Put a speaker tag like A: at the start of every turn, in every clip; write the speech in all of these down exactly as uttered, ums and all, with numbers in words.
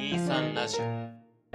A: イーさんラジオ。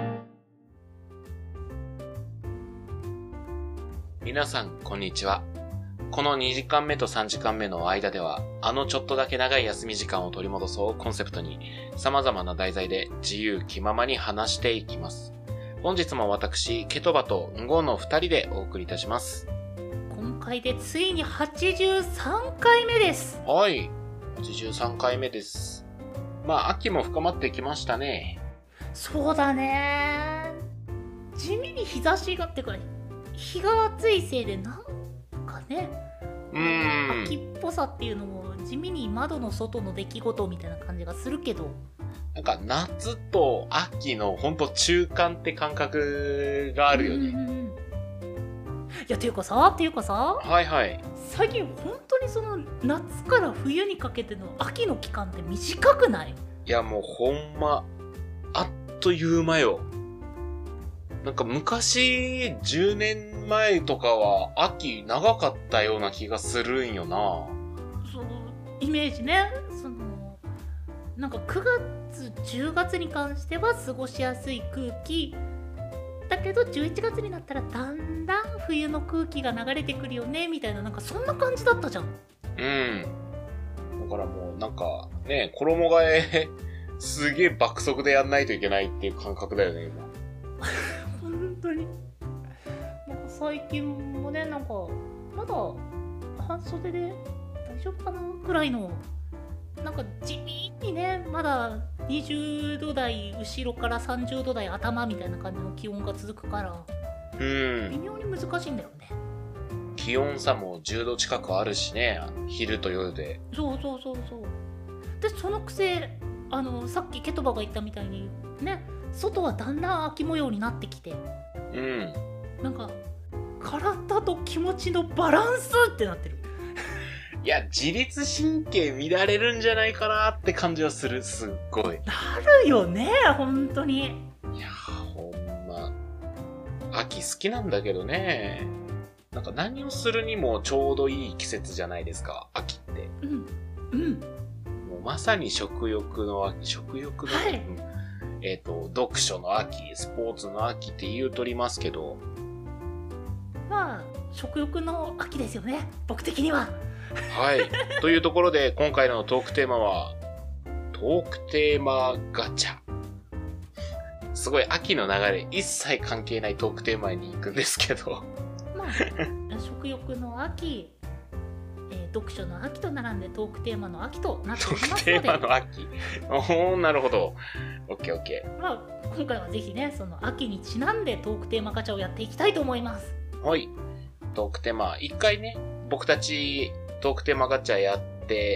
A: 皆さんこんにちは。このにじかんめとさんじかんめの間では、あのちょっとだけ長い休み時間を取り戻そうコンセプトに、様々な題材で自由気ままに話していきます。本日も私ケトバとンゴのふたりでお送りいたします。
B: 今回でついにはちじゅうさんかいめです。
A: はい、はちじゅうさんかいめです。まあ秋も深まってきましたね。
B: そうだね。地味に日差しがってか日が暑いせいでなんかね、
A: うーん
B: 秋っぽさっていうのも地味に窓の外の出来事みたいな感じがするけど、
A: なんか夏と秋のほんと中間って感覚があるよね。
B: うんうんうん、いやていうかさていうかさ
A: はいはい。
B: 最近本当にその夏から冬にかけての秋の期間って短くない？
A: いやもうほんまあっという間よ。なんか昔じゅうねんまえとかは秋長かったような気がするんよな。
B: そうイメージね。そのなんかくがつじゅうがつに関しては過ごしやすい空気だけど、じゅういちがつになったらだんだん冬の空気が流れてくるよねみたいな、なんかそんな感じだったじゃん。
A: うんだからもうなんかね、衣替えすげえ爆速でやんないといけないっていう感覚だよね今。
B: 本当になんか最近もね、なんかまだ半袖で大丈夫かなくらいの、なんか地味にね、まだにじゅうど台後ろからさんじゅうど台頭みたいな感じの気温が続くから、
A: うん
B: 微妙に難しいんだよね。
A: 気温差もじゅうど近くあるしね、昼と夜で。
B: そうそうそうそう。でそのくせあのさっきケトバが言ったみたいにね、外はだんだん秋模様になってきて、
A: うん
B: なんか体と気持ちのバランスってなってる。
A: いや自律神経乱れるんじゃないかなって感じはする。すっごい
B: なるよね本当に。
A: いやーほんま秋好きなんだけどね。なんか何をするにもちょうどいい季節じゃないですか秋って。
B: うんうん
A: もうまさに食欲の秋、食欲の秋、
B: はい、
A: うん、えっと読書の秋、スポーツの秋って言うとりますけど、
B: まあ食欲の秋ですよね、僕的には。
A: はいというところで今回のトークテーマはトークテーマガチャ。すごい秋の流れ一切関係ないトークテーマに行くんですけど
B: まあ食欲の秋、えー、読書の秋と並んでトークテーマの秋となっておりますので、
A: トークテーマの秋。おーなるほど。オッケーオッケ
B: まあ今回はぜひね、その秋にちなんでトークテーマガチャをやっていきたいと思います。
A: ー。はい。トークテーマ一回ね、僕たちトークテーマガチャやって、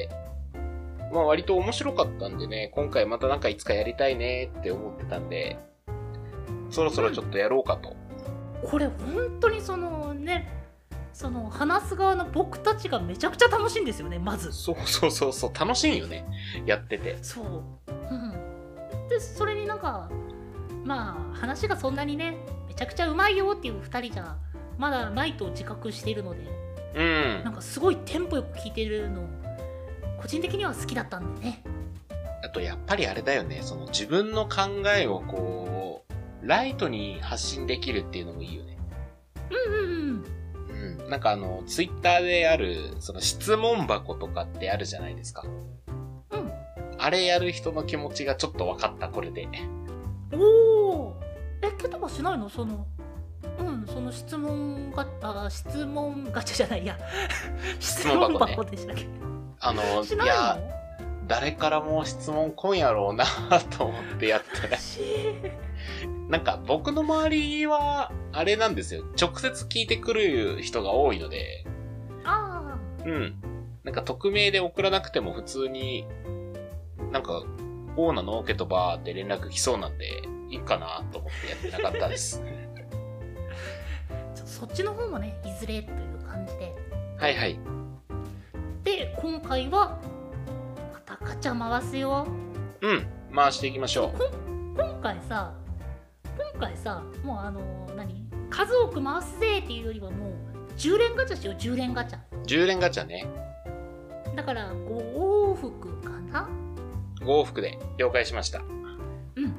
A: まあ割と面白かったんでね、今回またなんかいつかやりたいねって思ってたんで、そろそろちょっとやろうかと。
B: うん、これ本当にそのね、その話す側の僕たちがめちゃくちゃ楽しいんですよね、まず。
A: そうそうそうそう、楽しいよね、やってて。
B: そう、うん、でそれになんかまあ話がそんなにねめちゃくちゃうまいよっていうふたりじゃまだないと自覚しているので、
A: うん。
B: なんかすごいテンポよく聞いてるの個人的には好きだったんでね。
A: あとやっぱりあれだよね、その自分の考えをこうライトに発信できるっていうのもいいよね。
B: うんうんうん。
A: うん。なんかあのツイッターであるその質問箱とかってあるじゃないですか。
B: うん。
A: あれやる人の気持ちがちょっと分かった、これで。
B: おお。え、ケトバしないの？そのうんその質問があ質問ガチャじゃないや質問箱でしたっけ？
A: あの
B: しないの？
A: いや誰からも質問来んやろうなと思ってやったらなんか僕の周りはあれなんですよ、直接聞いてくる人が多いので、
B: あ
A: あうんなんか匿名で送らなくても普通になんかこうなのケトバーって連絡来そうなんでいいかなと思ってやってなかったです
B: ちょそっちの方もねいずれという感じで。
A: はいはい。
B: で今回はまたガチャ回すよ。
A: うん回していきましょ
B: う。今回さ今回さもうあの何数多く回すぜっていうよりはもうじゅう連ガチャしよう。じゅう連ガチャ
A: じゅう連ガチャね。
B: だからご往復かな。
A: ご往復で了解しました。
B: うん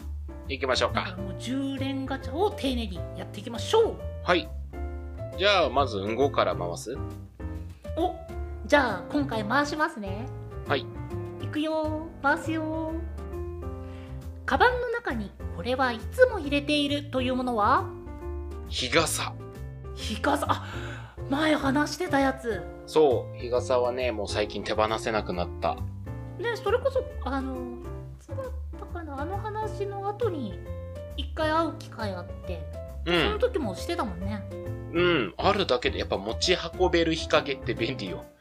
A: 行きましょうか。
B: だからもうじゅう連ガチャを丁寧にやっていきましょう。
A: はい。じゃあまずうんごから回す。
B: お、じゃあ今回回しますね。
A: はい。
B: いくよ、回すよ。カバンの中にこれはいつも入れているというものは？
A: 日傘。
B: 日傘。あ、前話してたやつ。
A: そう、日傘はね、もう最近手放せなくなった。
B: ね、それこそあのいつだったかな、あの話の後に一回会う機会あって、
A: うん、
B: その時もしてたもんね。
A: うん、あるだけでやっぱ持ち運べる日陰って便利よ。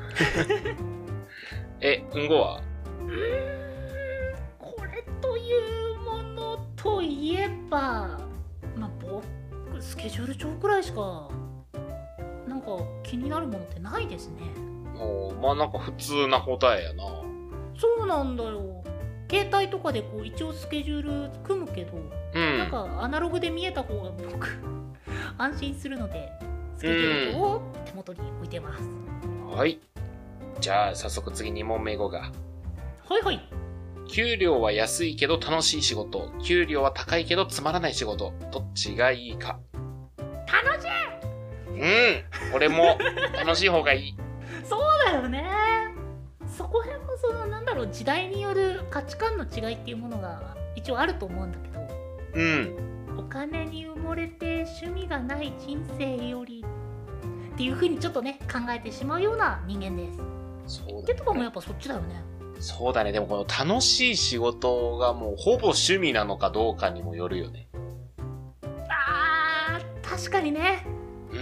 A: え、うんごは？
B: うーん、これというものといえば、まあ僕スケジュール帳くらいしかなんか気になるものってないですね。
A: おまあなんか普通な答えやな。
B: そうなんだよ。携帯とかでこう一応スケジュール組むけど、
A: うん、
B: なんかアナログで見えた方が僕安心するので、スケジュール帳を手元に置いてます。
A: はい。じゃあ早速次に問目いこうか。
B: はいはい。
A: 給料は安いけど楽しい仕事、給料は高いけどつまらない仕事、どっちがいいか。
B: 楽しい。
A: うん、俺も楽しい方がいい。
B: そうだよね。そこへんもそのなんだろう、時代による価値観の違いっていうものが一応あると思うんだけど、
A: うん、
B: お金に埋もれて趣味がない人生よりっていう風にちょっとね考えてしまうような人間です。
A: そうだね。
B: ケトバもやっぱそっちだよね。
A: そうだね。でもこの楽しい仕事がもうほぼ趣味なのかどうかにもよるよね。
B: あー、確かにね。
A: うん。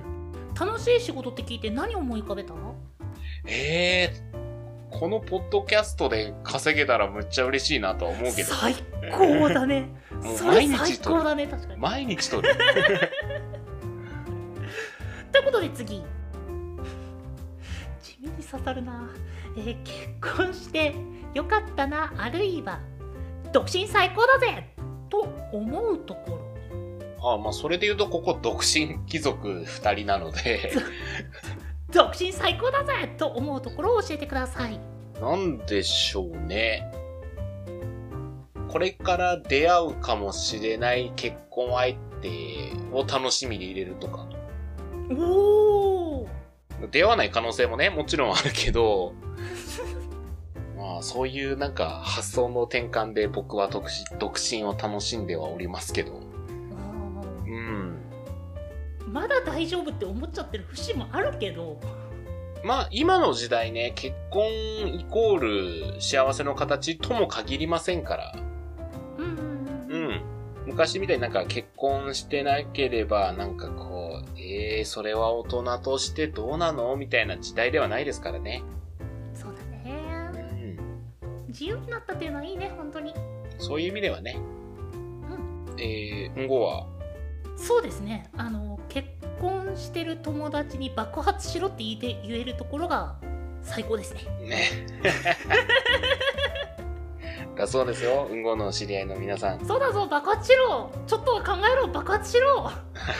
B: 楽しい仕事って聞いて何を思い浮かべたの？
A: えー、このポッドキャストで稼げたらむっちゃ嬉しいなとは思うけど。
B: 最高だね。
A: もう
B: それ最高だね、確かに。
A: 毎日撮る。
B: ということで次。地味に刺さるな。えー、結婚してよかったな、あるいは独身最高だぜと思うところ。
A: ああ、まあそれで言うとここ独身貴族ふたりなので
B: 独身最高だぜと思うところを教えてください。
A: なんでしょうね。これから出会うかもしれない結婚相手を楽しみに入れるとか。
B: おー。
A: 出会わない可能性もね、もちろんあるけど、まあそういうなんか発想の転換で僕は独身、独身を楽しんではおりますけど。うん。
B: まだ大丈夫って思っちゃってる節もあるけど。
A: まあ今の時代ね、結婚イコール幸せの形とも限りませんから。
B: うんうんうん。
A: うん。昔みたいになんか結婚してなければなんかこう、えー、それは大人としてどうなのみたいな時代ではないですからね。
B: そうだね。うん。自由になったっていうのはいいね、本当に。
A: そういう意味ではね。
B: うん。
A: えー、んごは
B: そうですね。あの、結婚してる友達に爆発しろって言えて言えるところが最高ですね。
A: ね。だそうですよ、うんごの知り合いの皆さん。
B: そうだぞ、爆発しろ。ちょっと考えろ、爆発しろ。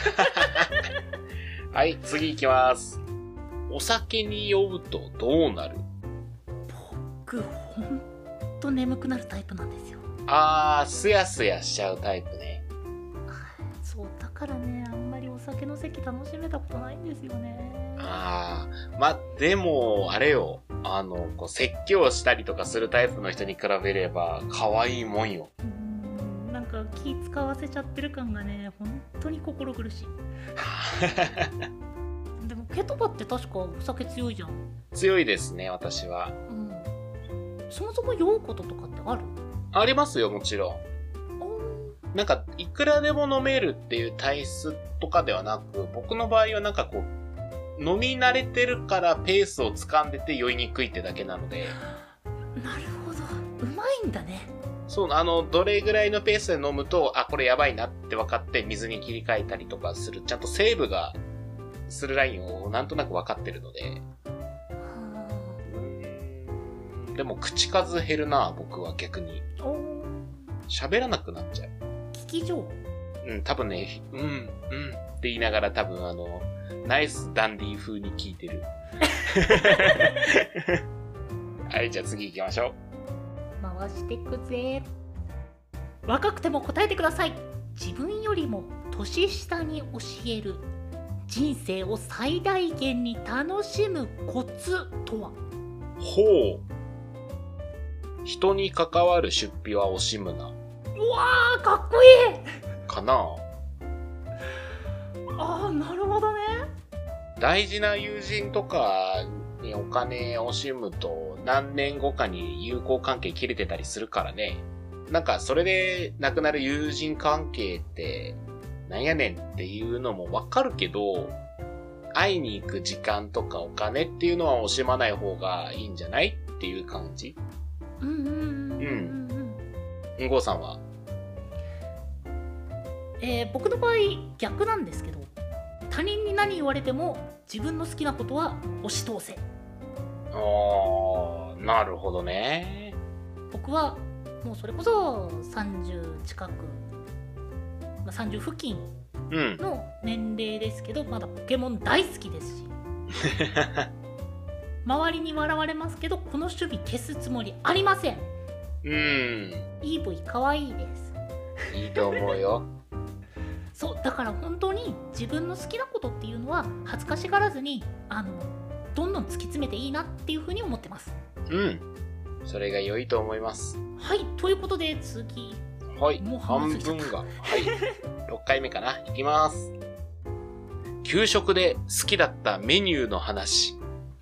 A: はい、次行きます。お酒に酔うとどうなる？
B: 僕、ほんと眠くなるタイプなんですよ。
A: あー、すやすやしちゃうタイプね。
B: そう、だからね、あんまりお酒の席楽しめたことないんですよね。
A: あー、ま、でも、あれよ。あの、こう、説教したりとかするタイプの人に比べれば、可愛いもんよ。
B: うーん、なんか気使わせちゃってる感がね、本当に心苦しい。でも、ケトバって確かお酒強いじゃん。
A: 強いですね、私は。
B: うん。そもそも酔うこととかってある？
A: ありますよ、もちろん。なんか、いくらでも飲めるっていう体質とかではなく、僕の場合はなんかこう、飲み慣れてるからペースを掴んでて酔いにくいってだけなので。
B: なるほど。うまいんだね。
A: そう、あの、どれぐらいのペースで飲むと、あ、これやばいなって分かって水に切り替えたりとかする。ちゃんとセーブがするラインをなんとなく分かってるので。でも口数減るな、僕は逆に。喋らなくなっちゃう。
B: 聞き上
A: うん、多分ね、うん、うんって言いながら多分あの、ナイスダンディー風に聞いてる。はい、じゃあ次行きましょう。
B: 回してくぜ。 若くても答えてください。自分よりも年下に教える人生を最大限に楽しむコツとは？
A: ほう。人に関わる出費は惜しむな。
B: うわー、かっこいい
A: かな。
B: あー、なるほどね。
A: 大事な友人とかにお金惜しむと何年後かに友好関係切れてたりするからね。なんかそれで亡くなる友人関係ってなんやねんっていうのもわかるけど、会いに行く時間とかお金っていうのは惜しまない方がいいんじゃないっていう感じ。
B: うんうんうんうんうん
A: うん。ゴーさんは？
B: えー、僕の場合逆なんですけど、他人に何言われても自分の好きなことは押し通せ。
A: あー、なるほどね。
B: 僕はもうそれこそさんじゅう近く、まあ、さんじゅう付近
A: うん。
B: の年齢ですけど、まだポケモン大好きですし周りに笑われますけど、この守備消すつもりありません。
A: うん。
B: イーブイかわいいです。
A: いいと思うよ。
B: そうだから本当に自分の好きなことっていうのは恥ずかしがらずに、あのどんどん突き詰めていいなっていうふうに思ってます。
A: うん。それが良いと思います。
B: はい、ということで次。
A: はい。
B: もう
A: 半
B: 半分過ぎちゃった
A: 分が。はい。ろっかいめかな。いきます。給食で好きだったメニューの話。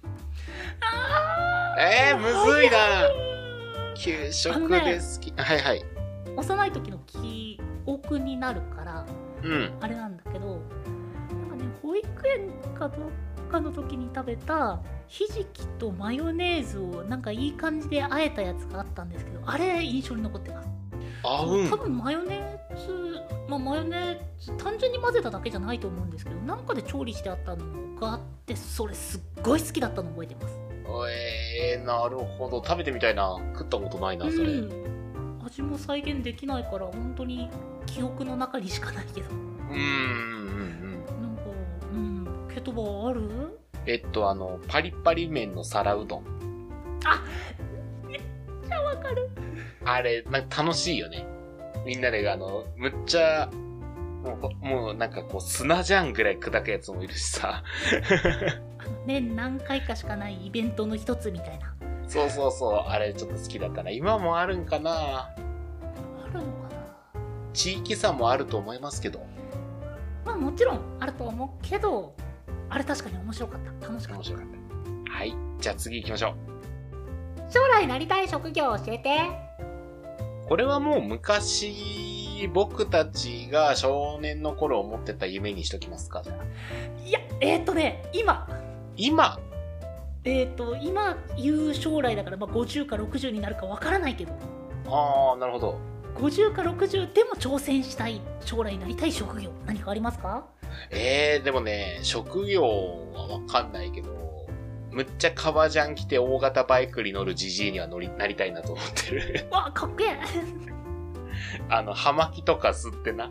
B: あ
A: えー、むずいな。給食で好き。はいはい。
B: 幼い時の記憶になるから
A: うん。
B: あれなんだけど、なんかね、保育園かどっかの時に食べたひじきとマヨネーズをなんかいい感じで和えたやつがあったんですけど、あれ印象に残ってます。
A: あうん。
B: 多分マヨネーズ、まあ、マヨネーズ単純に混ぜただけじゃないと思うんですけど、なんかで調理してあったのがあって、それすっごい好きだったの覚えてます。
A: えー、なるほど。食べてみたいな。食ったことないな、それ。
B: うん、味も再現できないから本当に記憶の中にしかないけど、
A: うーん、うん、うん。
B: なんか、うん、ケトバある？
A: えっと、あの、パリパリ麺の皿うどん。
B: あ、めっちゃわかる。
A: あれ、なんか楽しいよね。みんなで、あの、むっちゃ、もう、もうなんかこう、砂じゃんぐらい砕くやつもいるしさ。
B: 年何回かしかないイベントの一つみたいな。
A: そうそうそう、あれちょっと好きだったな。今もあるんかな？
B: あるのかな？
A: 地域差もあると思いますけど。
B: まあもちろんあると思うけど、あれ確かに面白かった。楽しかった。
A: 面白かった。はい。じゃあ次行きましょう。
B: 将来なりたい職業教えて。
A: これはもう昔、僕たちが少年の頃思ってた夢にしときますか、じゃあ。
B: いや、えー、っとね、今。
A: 今
B: えー、っと、今言う将来だから、まあ、ごじゅうかろくじゅうになるかわからないけど。
A: あー、なるほど。
B: ごじゅうかろくじゅうでも挑戦したい、将来なりたい職業、何かありますか？
A: えー、でもね、職業はわかんないけど、むっちゃ革ジャン着て大型バイクに乗るジジイには乗り、なりたいなと思ってる。
B: わ、かっけえ。
A: あの、葉巻とか吸ってな。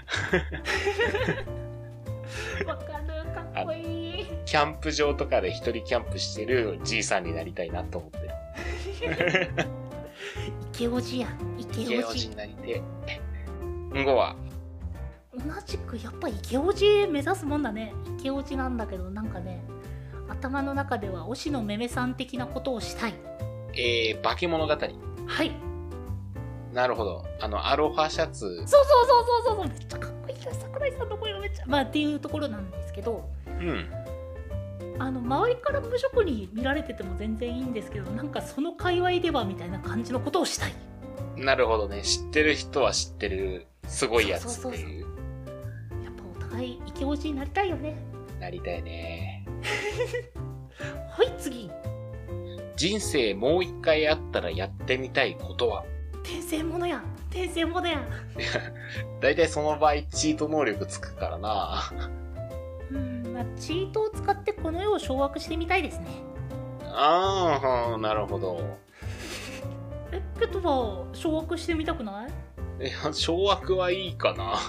B: わかる、かっこいい。
A: キャンプ場とかで一人キャンプしてるじいさんになりたいなと思ってる。
B: イケオジや、イケ
A: イケ
B: オジ。
A: オジになりてえ。んごは
B: 同じくやっぱイケオジ目指すもんだね。イケオジなんだけど、なんかね、頭の中では推しのめめさん的なことをしたい。
A: えー、化け物語。
B: はい。
A: なるほど。あの、アロハシャツ。
B: そうそうそうそうそうそう、めっちゃかっこいい。桜井さんの声がめっちゃ、まあっていうところなんですけど、
A: うん。
B: あの周りから無職に見られてても全然いいんですけど、なんかその界隈ではみたいな感じのことをしたい。
A: なるほどね。知ってる人は知ってるすごいやつっていう。
B: そうそうそうそう、やっぱお互いイケオジになりたいよね。
A: なりたいね。
B: はい、次。
A: 人生もう一回あったらやってみたいことは？
B: 転生ものや、転生ものや。
A: だいたいその場合チート能力つくからな。
B: うん、まあ、チートを使ってこの世を掌握してみたいですね。
A: ああ、なるほど。
B: え、ケトバ掌握してみたくない？
A: いや、掌握はいいかな。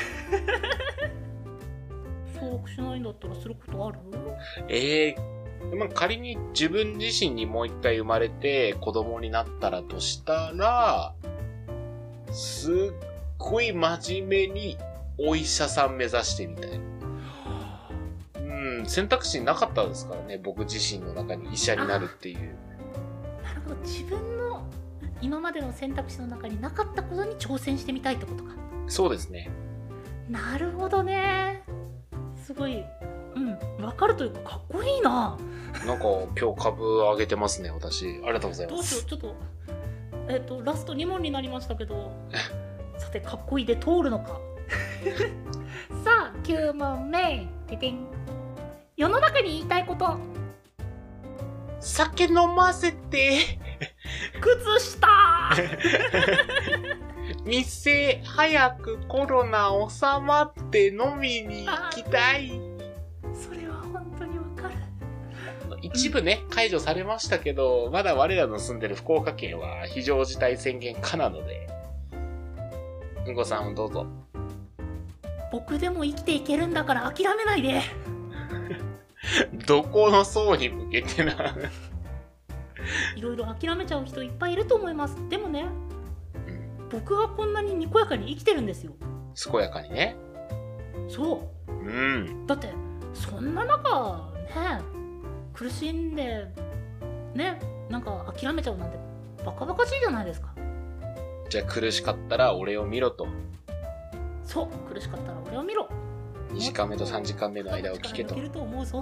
B: 掌握しないんだったらすることある？
A: ええー、まあ、仮に自分自身にもう一回生まれて子供になったらとしたら、 すっごい真面目にお医者さん目指してみたい。うん、選択肢なかったですからね、僕自身の中に医者になるっていう。
B: なるほど、自分の今までの選択肢の中になかったことに挑戦してみたいってことか。
A: そうですね。
B: なるほどね。すごい、うん、分かるというかかっこいいな。
A: なんか今日株上げてますね、私。ありがとうございます。
B: どうしよう、ちょっと、えっと、ラストに問になりましたけど、さて、かっこいいで通るのか。さあ、きゅう問目。ててん。世の中に言いたいこと。
A: 酒飲ませて。
B: 靴下。
A: 店、早くコロナ収まって飲みに行きたい。
B: それは本当にわかる。
A: 一部ね、解除されましたけど、まだ我らの住んでる福岡県は非常事態宣言下なので。うんこさんどうぞ。
B: 僕でも生きていけるんだから諦めないで。
A: どこの層に向けてな。
B: いろいろ諦めちゃう人いっぱいいると思います。でもね、うん、僕はこんなににこやかに生きてるんですよ。
A: 健やかにね。
B: そう。
A: うん。
B: だってそんな中ね、苦しんでね、なんか諦めちゃうなんてバカバカしいじゃないですか。
A: じゃあ苦しかったら俺を見ろと。
B: そう、苦しかったら俺を見ろ。
A: にじかんめとさんじかんめの間を聞けと。
B: いけると思うぞって。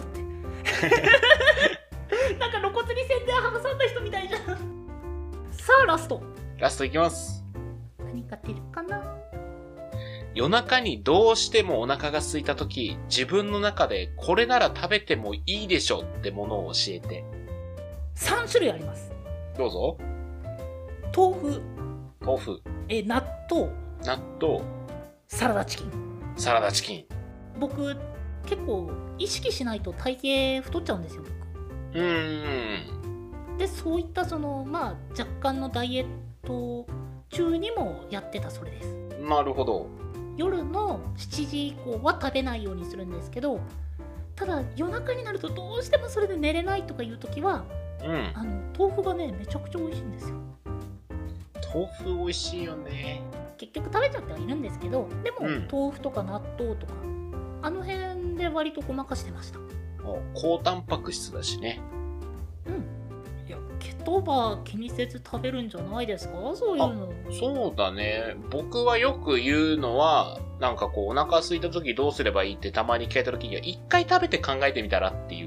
B: なんか露骨に宣伝挟んだ人みたいじゃん。さあラスト。
A: ラストいきます。
B: 何か出るかな。
A: 夜中にどうしてもお腹が空いたとき、自分の中でこれなら食べてもいいでしょってものを教えて。
B: さん種類あります。
A: どうぞ。
B: 豆腐。
A: 豆腐。
B: え、納豆。
A: 納豆。
B: サラダチキン。
A: サラダチキン。
B: 僕結構意識しないと体型太っちゃうんですよ。
A: 僕うーん。
B: でそういったそのまあ若干のダイエット中にもやってたそれです。
A: なるほど。
B: 夜のしちじ以降は食べないようにするんですけど、ただ夜中になるとどうしてもそれで寝れないとかいう時は、
A: うん、
B: あの豆腐がねめちゃくちゃ美味しいんですよ。
A: 豆腐美味しいよね。
B: 結局食べちゃってはいるんですけど、でも、うん、豆腐とか納豆とかあの辺で割とごまかしてました。
A: 高タンパク質だしね。
B: うん。いや、ケトバ気にせず食べるんじゃないですか、そういうの。
A: そうだね。僕はよく言うのは、なんかこうお腹空いた時どうすればいいってたまに聞いた時には、一回食べて考えてみたらっていう。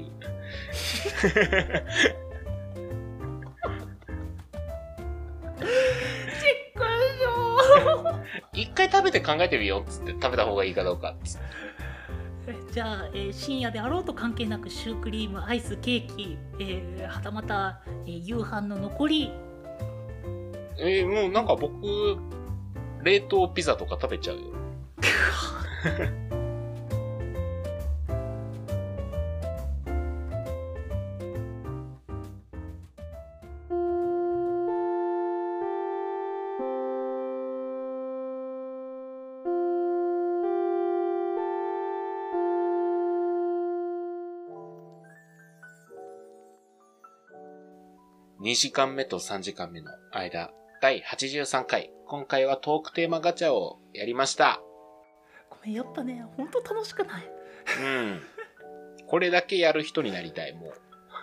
A: 一回食べて考えてみようっつって、食べた方がいいかどうかっつって。
B: じゃあ、えー、深夜であろうと関係なくシュークリーム、アイス、ケーキ、えー、はたまた、えー、夕飯の残り。
A: えー、もうなんか僕冷凍ピザとか食べちゃうよ。にじかんめとさんじかんめの間、だいはちじゅうさんかい。今回はトークテーマガチャをやりました。
B: ごめん、やっぱね、ほんと楽しくない？
A: うん。これだけやる人になりたい、もう。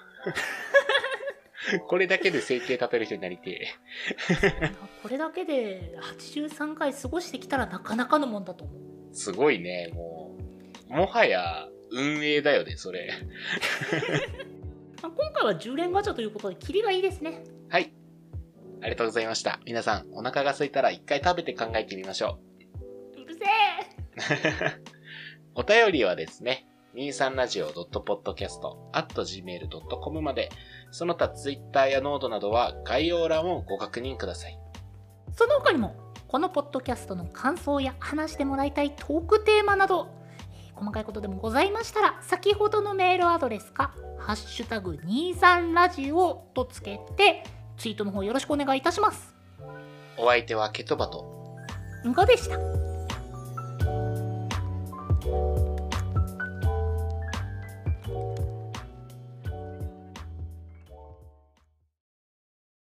A: これだけで生計立てる人になりてえ。
B: これだけではちじゅうさんかい過ごしてきたらなかなかのもんだと思う。
A: すごいね、もう。もはや運営だよね、それ。
B: 今回はじゅう連ガチャということでキリがいいですね。
A: はい、ありがとうございました。皆さんお腹が空いたら一回食べて考えてみましょ
B: う。うるせえ。
A: お便りはですね、にじゅうさんラジオ ドットポッドキャスト アットジーメールドットコム まで、その他ツイッターやノードなどは概要欄をご確認ください。
B: その他にもこのポッドキャストの感想や話してもらいたいトークテーマなど細かいことでもございましたら、先ほどのメールアドレスかハッシュタグにじゅうさんラジオとつけてツイートの方よろしくお願いいたします。
A: お相手はケトバと
B: んごでした。